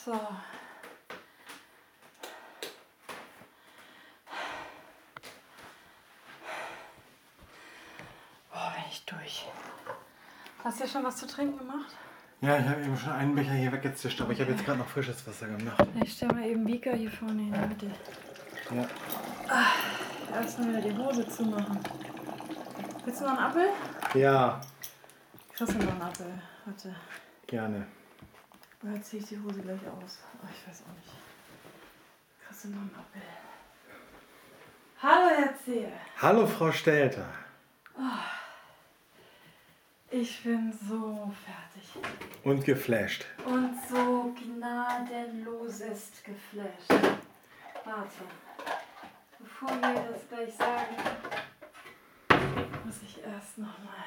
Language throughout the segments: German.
So. Boah, bin ich durch. Hast du dir schon was zu trinken gemacht? Ja, ich habe eben schon einen Becher hier weggezischt, aber ich habe jetzt gerade noch frisches Wasser gemacht. Ich stelle mal eben Beaker hier vorne in die Mitte. Ja. Erstmal wieder die Hose zumachen. Willst du noch einen Apfel? Ja, Kriegst du noch einen Apfel? Warte. gerne. Oder ziehe ich die Hose gleich aus? Oh, ich weiß auch nicht. Kriegst du noch einen Apfel? Hallo, Herr Zehe. Hallo, Frau Stelter. Ich bin so fertig. Und geflasht. Und so gnadenlosest geflasht. Warte. Bevor wir das gleich sagen, muss ich erst nochmal.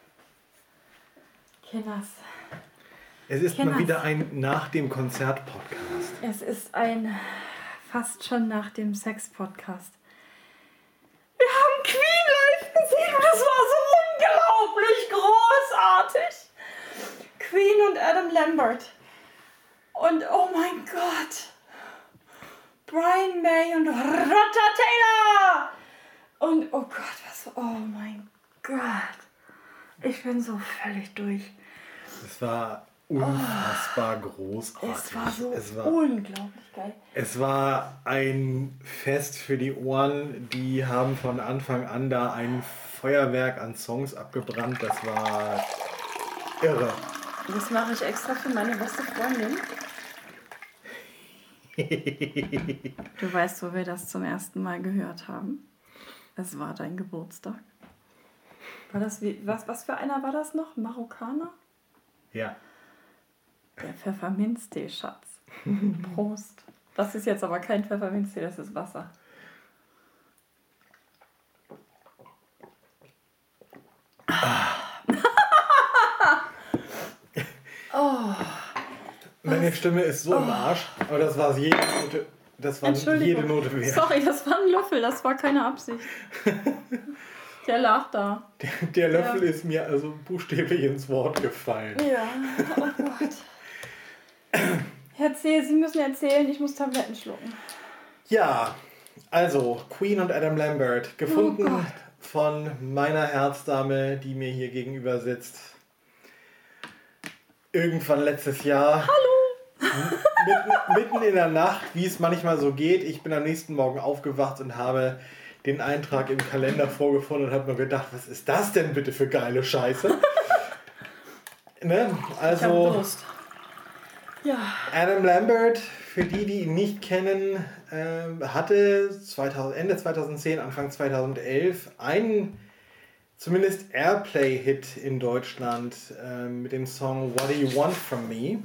Kinders. Es ist Kinders. mal wieder ein Nach dem Konzert-Podcast. Es ist ein fast schon nach dem Sex-Podcast. Wir haben Queen live gesehen und das war so unglaublich großartig. Queen und Adam Lambert. Und oh mein Gott. Brian May und Roger Taylor. Und oh Gott, oh mein Gott. Ich bin so völlig durch. Es war unfassbar großartig. Es war unglaublich geil. Es war ein Fest für die Ohren. Die haben von Anfang an da ein Feuerwerk an Songs abgebrannt. Das war irre. Das mache ich extra für meine beste Freundin. Du weißt, wo wir das zum ersten Mal gehört haben. Es war dein Geburtstag. War das was für einer war das noch? Marokkaner? Ja. Der Pfefferminztee, Schatz. Prost. Das ist jetzt aber kein Pfefferminztee, das ist Wasser. Oh. Meine Stimme ist so im Arsch, aber das war jede Note. Das war jede Note wert. Sorry, das war ein Löffel, das war keine Absicht. Der lag da. Der Löffel ist mir also buchstäblich ins Wort gefallen. Ja, oh Gott. Herr C., Sie müssen erzählen, ich muss Tabletten schlucken. Ja, also Queen und Adam Lambert, gefunden von meiner Herzdame, die mir hier gegenüber sitzt. Irgendwann letztes Jahr. Hallo! Mitten in der Nacht, wie es manchmal so geht. Ich bin am nächsten Morgen aufgewacht und habe den Eintrag im Kalender vorgefunden und habe mir gedacht, was ist das denn bitte für geile Scheiße? Ne? Also, ich hab Durst. Ja. Adam Lambert, für die ihn nicht kennen, hatte Ende 2010, Anfang 2011 einen zumindest Airplay-Hit in Deutschland mit dem Song What Do You Want From Me?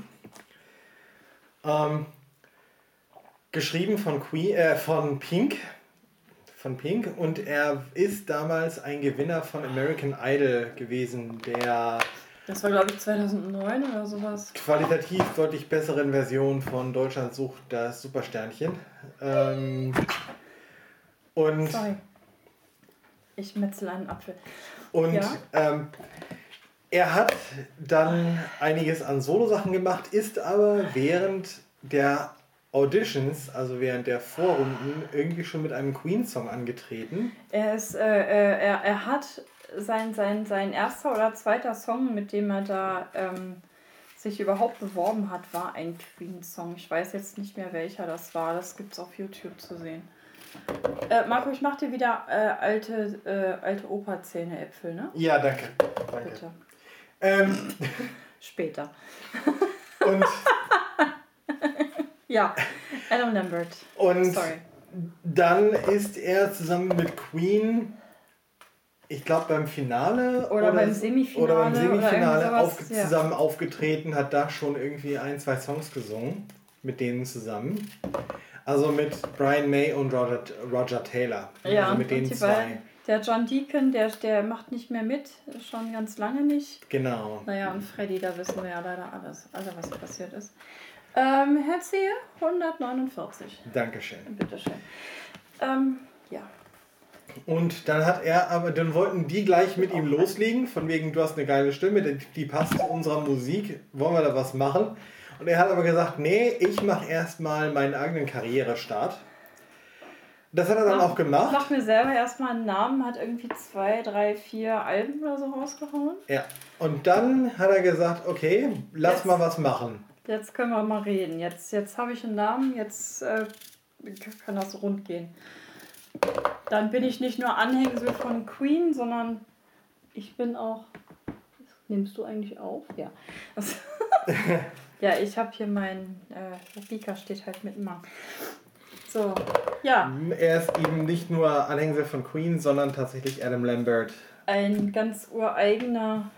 Geschrieben von Pink. Und er ist damals ein Gewinner von American Idol gewesen, der Das war, glaube ich, 2009 oder sowas. Qualitativ deutlich besseren Version von Deutschland sucht das Supersternchen. Und Sorry. Ich metzel einen Apfel. Und ja? Er hat dann einiges an Solosachen gemacht, ist aber während der Auditions, also während der Vorrunden, irgendwie schon mit einem Queen-Song angetreten. Er hat sein erster oder zweiter Song, mit dem er da sich überhaupt beworben hat, war ein Queen-Song. Ich weiß jetzt nicht mehr, welcher das war. Das gibt es auf YouTube zu sehen. Marco, ich mach dir wieder alte Opa-Zähne-Äpfel, ne? Ja, danke. Bitte. Später. Und ja, Adam Lambert. Und Sorry. Dann ist er zusammen mit Queen, ich glaube beim Finale oder beim Semifinale zusammen aufgetreten, hat da schon irgendwie 1-2 Songs gesungen mit denen zusammen. Also mit Brian May und Roger Taylor. Ja, also mit den zwei. Der John Deacon, der macht nicht mehr mit, schon ganz lange nicht. Genau. Naja, und Freddy, da wissen wir ja leider alles, was passiert ist. Herr Zehe, 149. Dankeschön. Bitteschön. Ja. Und dann wollten die gleich mit ihm loslegen, von wegen, du hast eine geile Stimme, die passt zu unserer Musik, wollen wir da was machen? Und er hat aber gesagt, nee, ich mache erstmal meinen eigenen Karrierestart. Das hat er dann auch gemacht. Macht mir selber erstmal einen Namen, hat irgendwie 2, 3, 4 Alben oder so rausgehauen. Ja, und dann hat er gesagt, okay, lass mal was machen. Jetzt können wir mal reden. Jetzt habe ich einen Namen, jetzt kann das rund gehen. Dann bin ich nicht nur Anhängsel von Queen, sondern ich bin auch... Nimmst du eigentlich auf? Ja. Ja, ich habe hier mein... der Beaker steht halt mitten mal. So, ja. Er ist eben nicht nur Anhängsel von Queen, sondern tatsächlich Adam Lambert. Ein ganz ureigener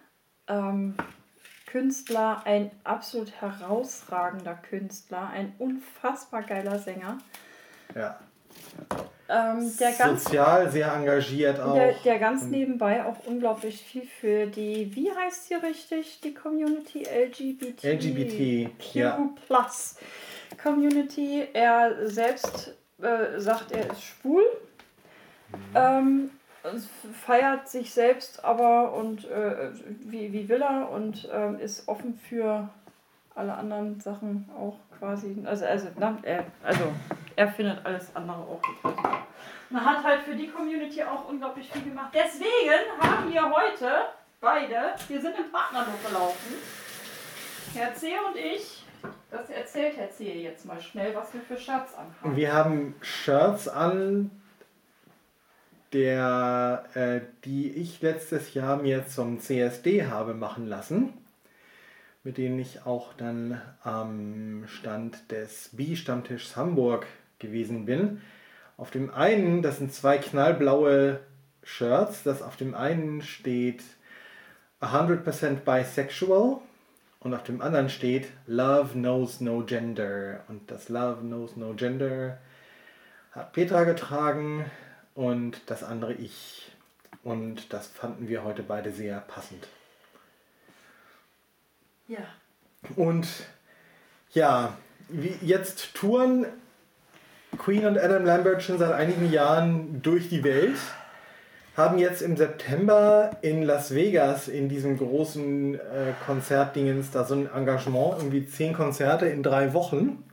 Künstler, ein absolut herausragender Künstler, ein unfassbar geiler Sänger. Ja. Sozial sehr engagiert auch. Der ganz nebenbei auch unglaublich viel für die, wie heißt sie richtig, die Community LGBTQ ja. Plus Community. Er selbst sagt, er ist schwul, feiert sich selbst aber und wie will er und ist offen für alle anderen Sachen auch quasi. Also er findet alles andere auch total super. Man hat halt für die Community auch unglaublich viel gemacht. Deswegen haben wir heute beide, wir sind im Partnerlook gelaufen, Herr C. und ich, das erzählt Herr C. jetzt mal schnell, was wir für Shirts anhaben. Wir haben Shirts an, die ich letztes Jahr mir zum CSD habe machen lassen, mit denen ich auch dann am Stand des B-Stammtischs Hamburg gewesen bin. Auf dem einen, das sind 2 knallblaue Shirts, das auf dem einen steht 100% bisexual und auf dem anderen steht Love knows no gender. Und das Love knows no gender hat Petra getragen und das andere ich. Und das fanden wir heute beide sehr passend. Ja. Und ja, jetzt touren Queen und Adam Lambert schon seit einigen Jahren durch die Welt, haben jetzt im September in Las Vegas in diesem großen Konzertdingens da so ein Engagement, irgendwie 10 Konzerte in 3 Wochen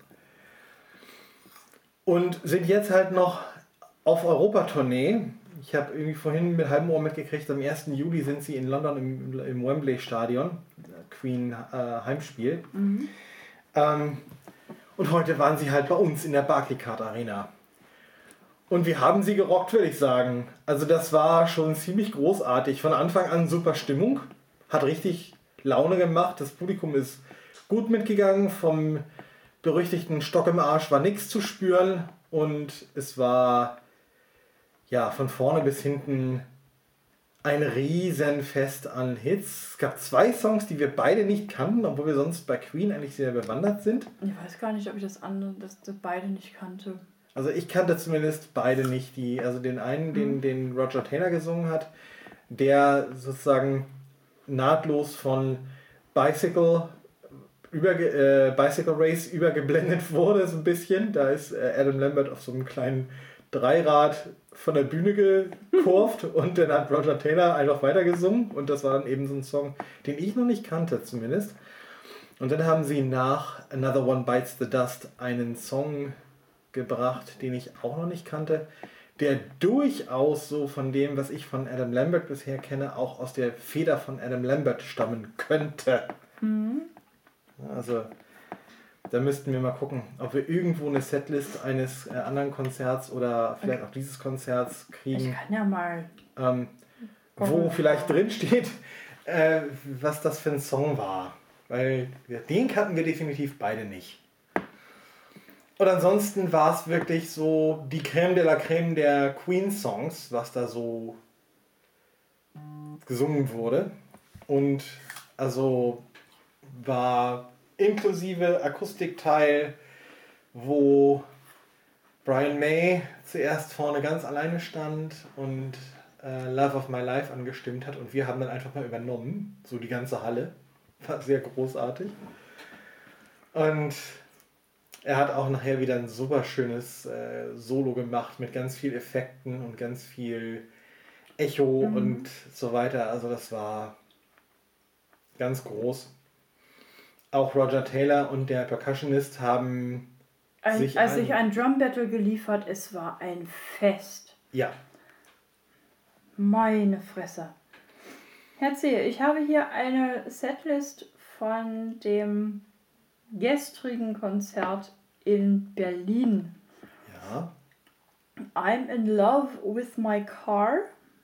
und sind jetzt halt noch auf Europatournee. Ich habe irgendwie vorhin mit halbem Ohr mitgekriegt, am 1. Juli sind sie in London im Wembley Stadion, Queen Heimspiel. Mhm. Und heute waren sie halt bei uns in der Barclaycard Arena. Und wir haben sie gerockt, würde ich sagen. Also das war schon ziemlich großartig. Von Anfang an super Stimmung. Hat richtig Laune gemacht. Das Publikum ist gut mitgegangen. Vom berüchtigten Stock im Arsch war nichts zu spüren. Und es war ja von vorne bis hinten ein Riesenfest an Hits. Es gab 2 Songs, die wir beide nicht kannten, obwohl wir sonst bei Queen eigentlich sehr bewandert sind. Ich weiß gar nicht, ob ich das beide nicht kannte. Also ich kannte zumindest beide nicht. Den einen, den Roger Taylor gesungen hat, der sozusagen nahtlos von Bicycle Race übergeblendet wurde, so ein bisschen. Da ist Adam Lambert auf so einem kleinen Dreirad von der Bühne gekurvt und dann hat Roger Taylor einfach weitergesungen und das war dann eben so ein Song, den ich noch nicht kannte zumindest. Und dann haben sie nach Another One Bites the Dust einen Song gebracht, den ich auch noch nicht kannte, der durchaus so von dem, was ich von Adam Lambert bisher kenne, auch aus der Feder von Adam Lambert stammen könnte. Mhm. Also da müssten wir mal gucken, ob wir irgendwo eine Setlist eines anderen Konzerts oder vielleicht auch dieses Konzerts kriegen. Ich kann ja mal. Wo vielleicht drin steht, was das für ein Song war. Weil den kannten wir definitiv beide nicht. Und ansonsten war es wirklich so die Crème de la Crème der Queen-Songs, was da so gesungen wurde. Und also war inklusive Akustikteil, wo Brian May zuerst vorne ganz alleine stand und Love of My Life angestimmt hat und wir haben dann einfach mal übernommen, so die ganze Halle. War sehr großartig. Und er hat auch nachher wieder ein super schönes Solo gemacht mit ganz viel Effekten und ganz viel Echo und so weiter. Also das war ganz groß. Auch Roger Taylor und der Percussionist haben sich ein Drum Battle geliefert, es war ein Fest. Ja. Meine Fresse. Erzähl, ich habe hier eine Setlist von dem gestrigen Konzert in Berlin. Ja. I'm in Love with My Car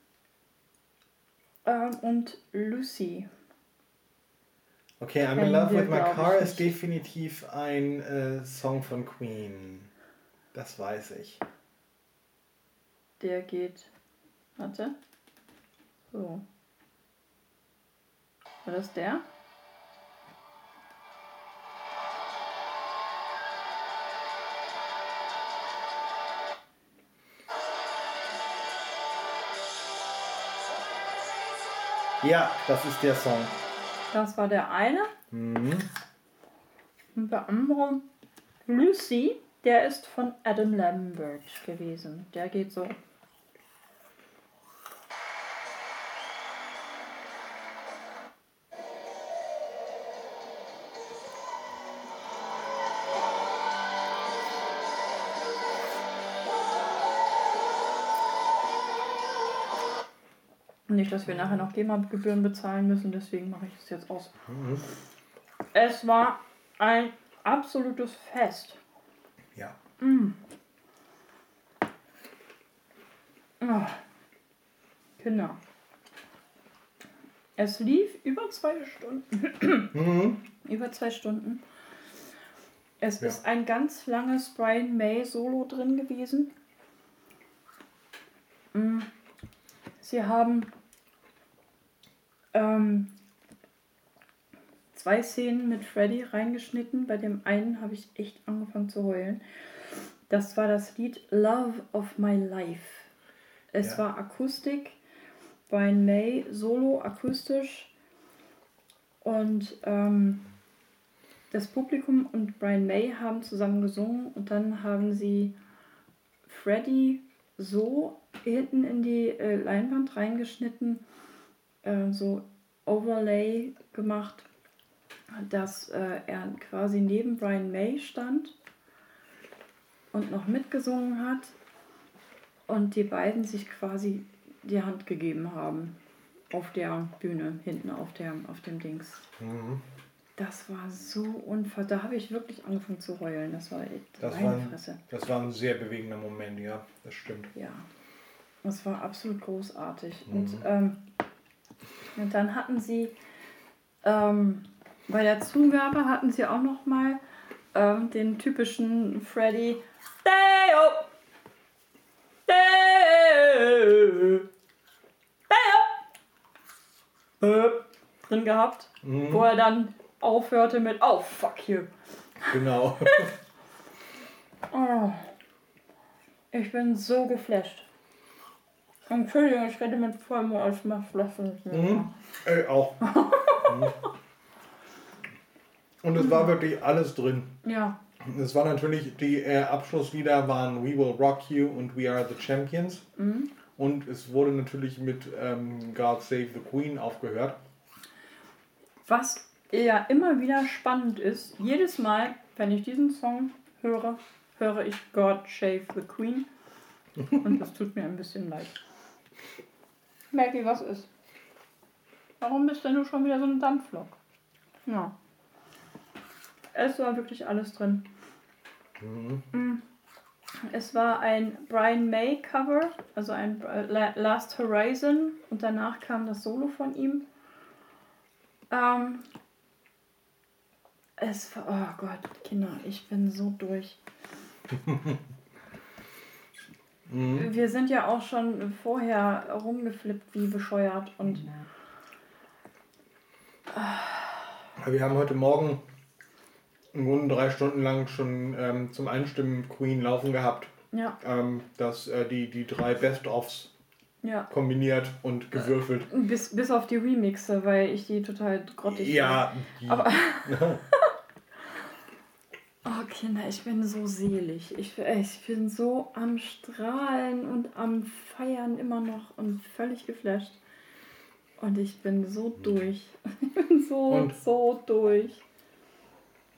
und Lucy. Okay, I'm in Love with My Car ist definitiv ein Song von Queen. Das weiß ich. Der geht... Warte. So. War das der? Ja, das ist der Song. Das war der eine. Mhm. Und der andere, Lucy, der ist von Adam Lambert gewesen. Der geht so. Nicht, dass wir nachher noch GEMA-Gebühren bezahlen müssen, deswegen mache ich es jetzt aus. Mhm. Es war ein absolutes Fest. Ja. Oh. Kinder. Es lief über 2 Stunden. Über 2 Stunden. Es ist ein ganz langes Brian May Solo drin gewesen. Sie haben 2 Szenen mit Freddy reingeschnitten. Bei dem einen habe ich echt angefangen zu heulen. Das war das Lied Love of My Life. Es war Akustik, Brian May Solo akustisch und das Publikum und Brian May haben zusammen gesungen und dann haben sie Freddy so hinten in die Leinwand reingeschnitten, so Overlay gemacht, dass er quasi neben Brian May stand und noch mitgesungen hat und die beiden sich quasi die Hand gegeben haben auf der Bühne, hinten auf dem Dings. Mhm. Das war so unfassbar. Da habe ich wirklich angefangen zu heulen. Das war Fresse. Das war ein sehr bewegender Moment, ja, das stimmt. Ja, das war absolut großartig. Und dann hatten sie bei der Zugabe hatten sie auch noch mal den typischen Freddy Deo, Deo, Deo drin gehabt, wo er dann aufhörte mit oh fuck you. Genau. Oh, ich bin so geflasht. Entschuldigung, ich rede mit vollem als Flaschen. Auch. Und es war wirklich alles drin. Ja. Es war natürlich, die Abschlusslieder waren We Will Rock You und We Are the Champions. Und es wurde natürlich mit God Save the Queen aufgehört. Was ja immer wieder spannend ist, jedes Mal, wenn ich diesen Song höre, höre ich God Save the Queen. Und das tut mir ein bisschen leid. Maggie, was ist? Warum bist denn du schon wieder so ein Dampflok? Ja. Es war wirklich alles drin. Es war ein Brian May Cover, also ein Last Horizon und danach kam das Solo von ihm. Es war, oh Gott, Kinder, ich bin so durch. Wir sind ja auch schon vorher rumgeflippt wie bescheuert und wir haben heute Morgen im Grunde 3 Stunden lang schon zum Einstimmen Queen laufen gehabt. Ja. Die 3 Best-ofs kombiniert und gewürfelt. Bis auf die Remixe, weil ich die total grottig finde. Aber oh Kinder, ich bin so selig. Ich bin so am Strahlen und am Feiern immer noch und völlig geflasht. Und ich bin so durch. Ich bin so durch.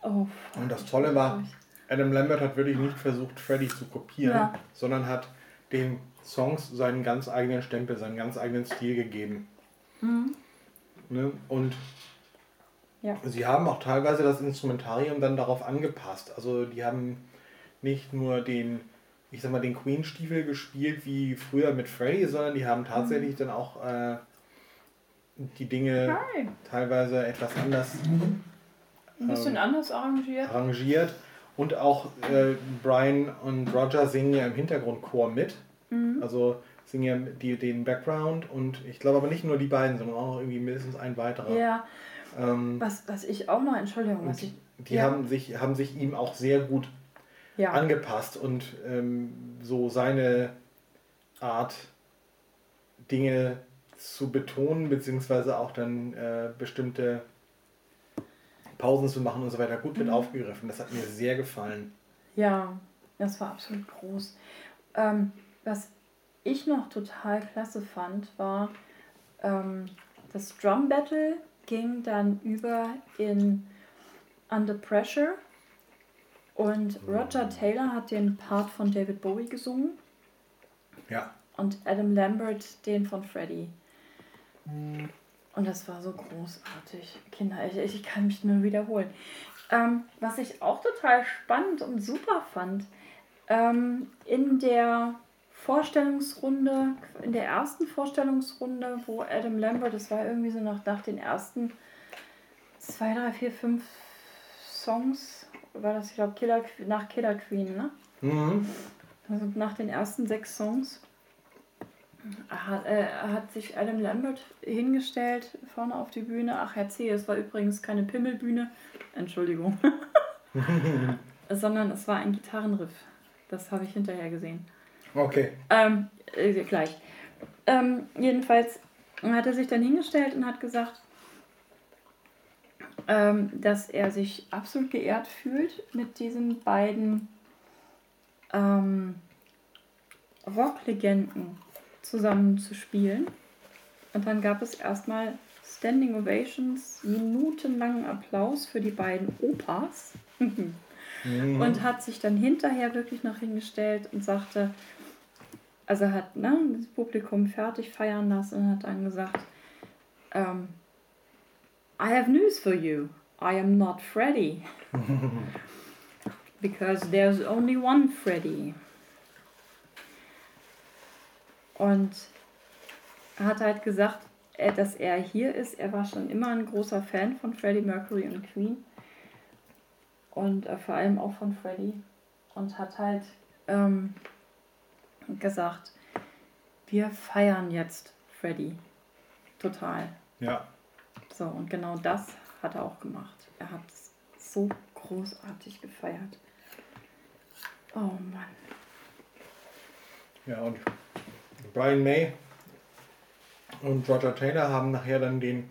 Oh, Und das Tolle war, Adam Lambert hat wirklich nicht versucht, Freddie zu kopieren, sondern hat den Songs seinen ganz eigenen Stempel, seinen ganz eigenen Stil gegeben. Ne? Und sie haben auch teilweise das Instrumentarium dann darauf angepasst. Also die haben nicht nur den Queen-Stiefel gespielt wie früher mit Freddie, sondern die haben tatsächlich dann auch die Dinge teilweise etwas anders ein bisschen anders arrangiert. Und auch Brian und Roger singen ja im Hintergrundchor mit. Also singen ja den Background und ich glaube aber nicht nur die beiden, sondern auch noch irgendwie mindestens ein weiterer. Ja. Was ich auch noch, Entschuldigung, die haben sich ihm auch sehr gut angepasst und so seine Art, Dinge zu betonen, beziehungsweise auch dann bestimmte Pausen zu machen und so weiter gut mit aufgegriffen. Das hat mir sehr gefallen. Ja, das war absolut groß. Was ich noch total klasse fand, war das Drum Battle ging dann über in Under Pressure und Roger Taylor hat den Part von David Bowie gesungen. Ja. Und Adam Lambert den von Freddie. Und das war so großartig. Kinder, ich kann mich nur wiederholen. Was ich auch total spannend und super fand, in der Vorstellungsrunde, in der ersten Vorstellungsrunde, wo Adam Lambert, das war irgendwie so nach den ersten 2, 3, 4, 5 Songs, war das, ich glaube, nach Killer Queen, ne? Also nach den ersten 6 Songs hat sich Adam Lambert hingestellt vorne auf die Bühne. Ach, erzähl, es war übrigens keine Pimmelbühne, Entschuldigung, sondern es war ein Gitarrenriff. Das habe ich hinterher gesehen. Okay. Gleich. Jedenfalls hat er sich dann hingestellt und hat gesagt, dass er sich absolut geehrt fühlt, mit diesen beiden Rocklegenden zusammen zu spielen. Und dann gab es erstmal Standing Ovations, minutenlangen Applaus für die beiden Opas. Und hat sich dann hinterher wirklich noch hingestellt und sagte, also hat das Publikum fertig feiern lassen und hat dann gesagt, I have news for you. I am not Freddie. Because there's only one Freddie. Und er hat halt gesagt, dass er hier ist. Er war schon immer ein großer Fan von Freddie Mercury und Queen. Und vor allem auch von Freddie. Und hat halt gesagt, wir feiern jetzt Freddie. Total. Ja. So, und genau das hat er auch gemacht. Er hat es so großartig gefeiert. Oh Mann. Ja, und Brian May und Roger Taylor haben nachher dann den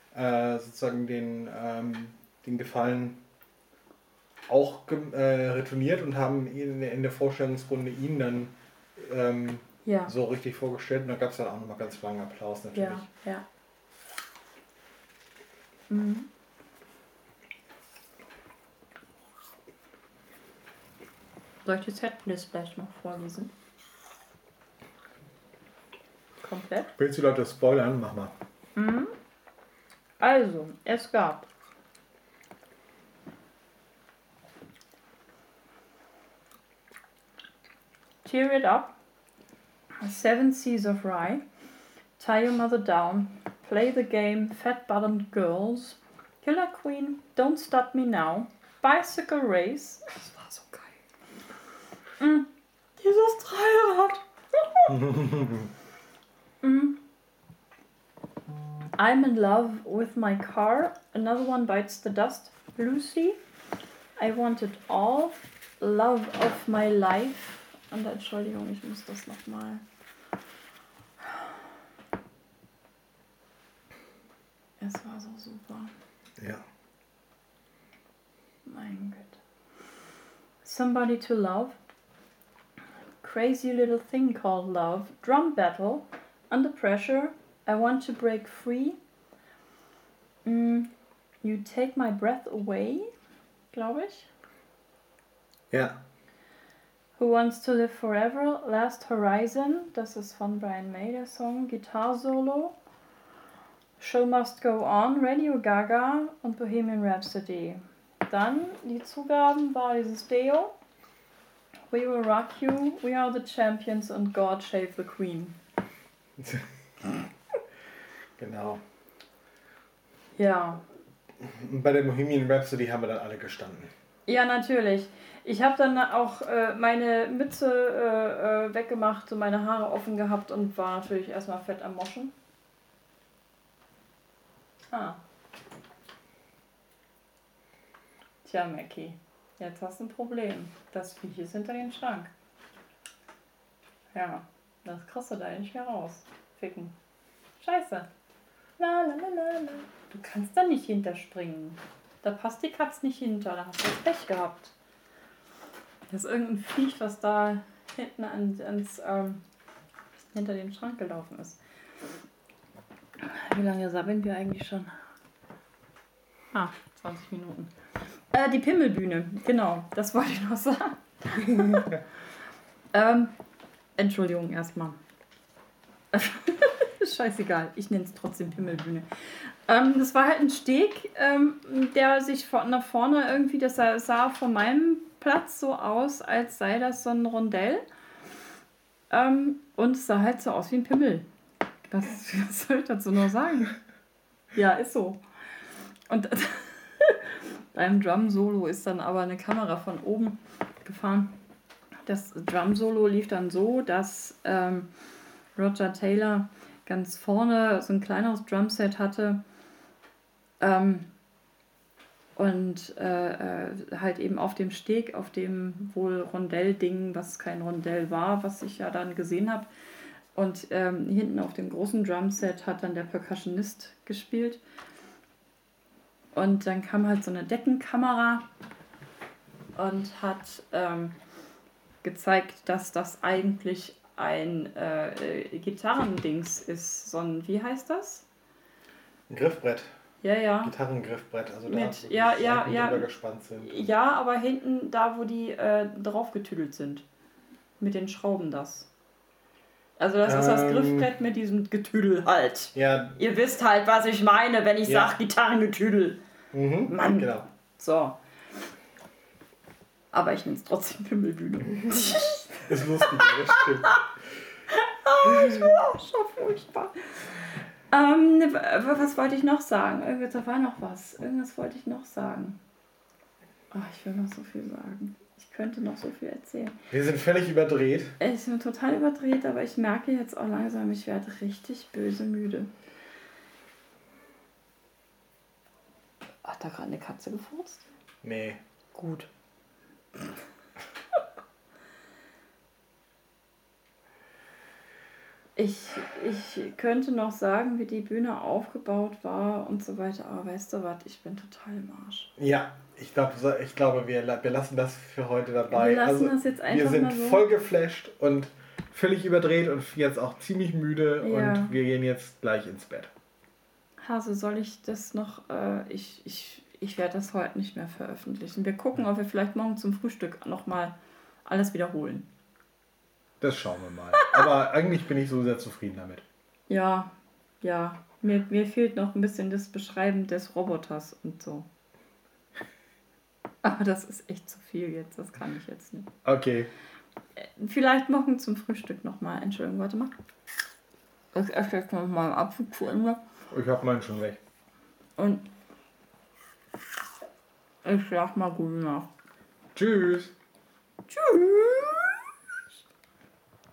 Gefallen auch retourniert und haben ihn in der Vorstellungsrunde ihn dann so richtig vorgestellt. Und da gab es dann auch nochmal ganz langen Applaus natürlich. Ja. Mhm. Soll ich die Setlist vielleicht noch vorlesen? Komplett? Willst du Leute spoilern? Mach mal. Mhm. Also, es gab Tear It Up, 7 Seas of Rye, Tie Your Mother Down, Play the Game, Fat Bottomed Girls, Killer Queen, Don't Stop Me Now, Bicycle Race. Das war so geil. Dieses Dreirad. I'm in love with my car. Another one bites the dust. Lucy. I want it all. Love of my life. Und Entschuldigung, ich muss das nochmal. Es war so super. Ja. Mein Gott. Somebody to love. Crazy little thing called love. Drum battle. Under pressure. I want to break free. You take my breath away. glaube ich. Ja. Who Wants to Live Forever, Last Horizon, das ist von Brian May, der Song, Guitar Solo, Show Must Go On, Radio Gaga und Bohemian Rhapsody. Dann die Zugaben war dieses Deo, We Will Rock You, We Are the Champions und God Save the Queen. Genau. Ja. Und bei der Bohemian Rhapsody haben wir dann alle gestanden. Ja, natürlich. Ich habe dann auch meine Mütze weggemacht und meine Haare offen gehabt und war natürlich erstmal fett am Moschen. Ah. Tja, Mackie, jetzt hast du ein Problem. Das Viech ist hinter dem Schrank. Ja, das kriegst du da nicht mehr raus. Ficken. Scheiße. La la la la la. Du kannst da nicht hinterspringen. Da passt die Katze nicht hinter. Da hast du das Pech gehabt. Das ist irgendein Viech, was da hinten hinter dem Schrank gelaufen ist. Wie lange sabbeln wir eigentlich schon? 20 Minuten. Die Pimmelbühne, genau, das wollte ich noch sagen. Entschuldigung erstmal. Scheißegal, ich nenne es trotzdem Pimmelbühne. Das war halt ein Steg, der sich nach vorne irgendwie, das sah von meinem Platz so aus, als sei das so ein Rondell. Und es sah halt so aus wie ein Pimmel. Was soll ich dazu noch sagen? Ja, ist so. Und beim Drum-Solo ist dann aber eine Kamera von oben gefahren. Das Drum-Solo lief dann so, dass Roger Taylor ganz vorne so ein kleineres Drumset hatte und halt eben auf dem Steg, auf dem wohl Rondell-Ding, was kein Rondell war, was ich ja dann gesehen habe. Und hinten auf dem großen Drumset hat dann der Percussionist gespielt. Und dann kam halt so eine Deckenkamera und hat gezeigt, dass das eigentlich ein Gitarrendings ist. So ein, wie heißt das? Ein Griffbrett. Ja, ja. Gitarrengriffbrett, also mit, da, ja, drüber gespannt sind. Ja, aber hinten da, wo die draufgetüdelt sind. Mit den Schrauben das. Also das ist das Griffbrett mit diesem Getüdel halt. Ja. Ihr wisst halt, was ich meine, wenn ich sage Gitarrengetüdel. Mhm. Mann. Genau. So. Aber ich nenne es trotzdem Pimmelbühne. Ist lustig, das stimmt. Ich bin auch schon furchtbar. Was wollte ich noch sagen? Da war noch was. Irgendwas wollte ich noch sagen. Ich will noch so viel sagen. Ich könnte noch so viel erzählen. Wir sind völlig überdreht. Ich bin total überdreht, aber ich merke jetzt auch langsam, ich werde richtig böse müde. Hat da gerade eine Katze gefurzt? Nee. Gut. Ich könnte noch sagen, wie die Bühne aufgebaut war und so weiter, aber weißt du was, ich bin total im Arsch. Ja, ich glaube, wir lassen das für heute dabei. Wir lassen das jetzt einfach wir sind mal so. voll geflasht und völlig überdreht und jetzt auch ziemlich müde und wir gehen jetzt gleich ins Bett. Hase, soll ich das noch, ich werde das heute nicht mehr veröffentlichen. Wir gucken, ob wir vielleicht morgen zum Frühstück nochmal alles wiederholen. Das schauen wir mal. Aber eigentlich bin ich so sehr zufrieden damit. Ja. Mir fehlt noch ein bisschen das Beschreiben des Roboters und so. Aber das ist echt zu viel jetzt. Das kann ich jetzt nicht. Okay. Vielleicht morgen zum Frühstück nochmal. Entschuldigung, warte mal. Ich esse jetzt noch mal einen Apfel zu Ende. Ich habe meinen schon weg. Und ich sag mal gute Nacht. Tschüss. Tschüss.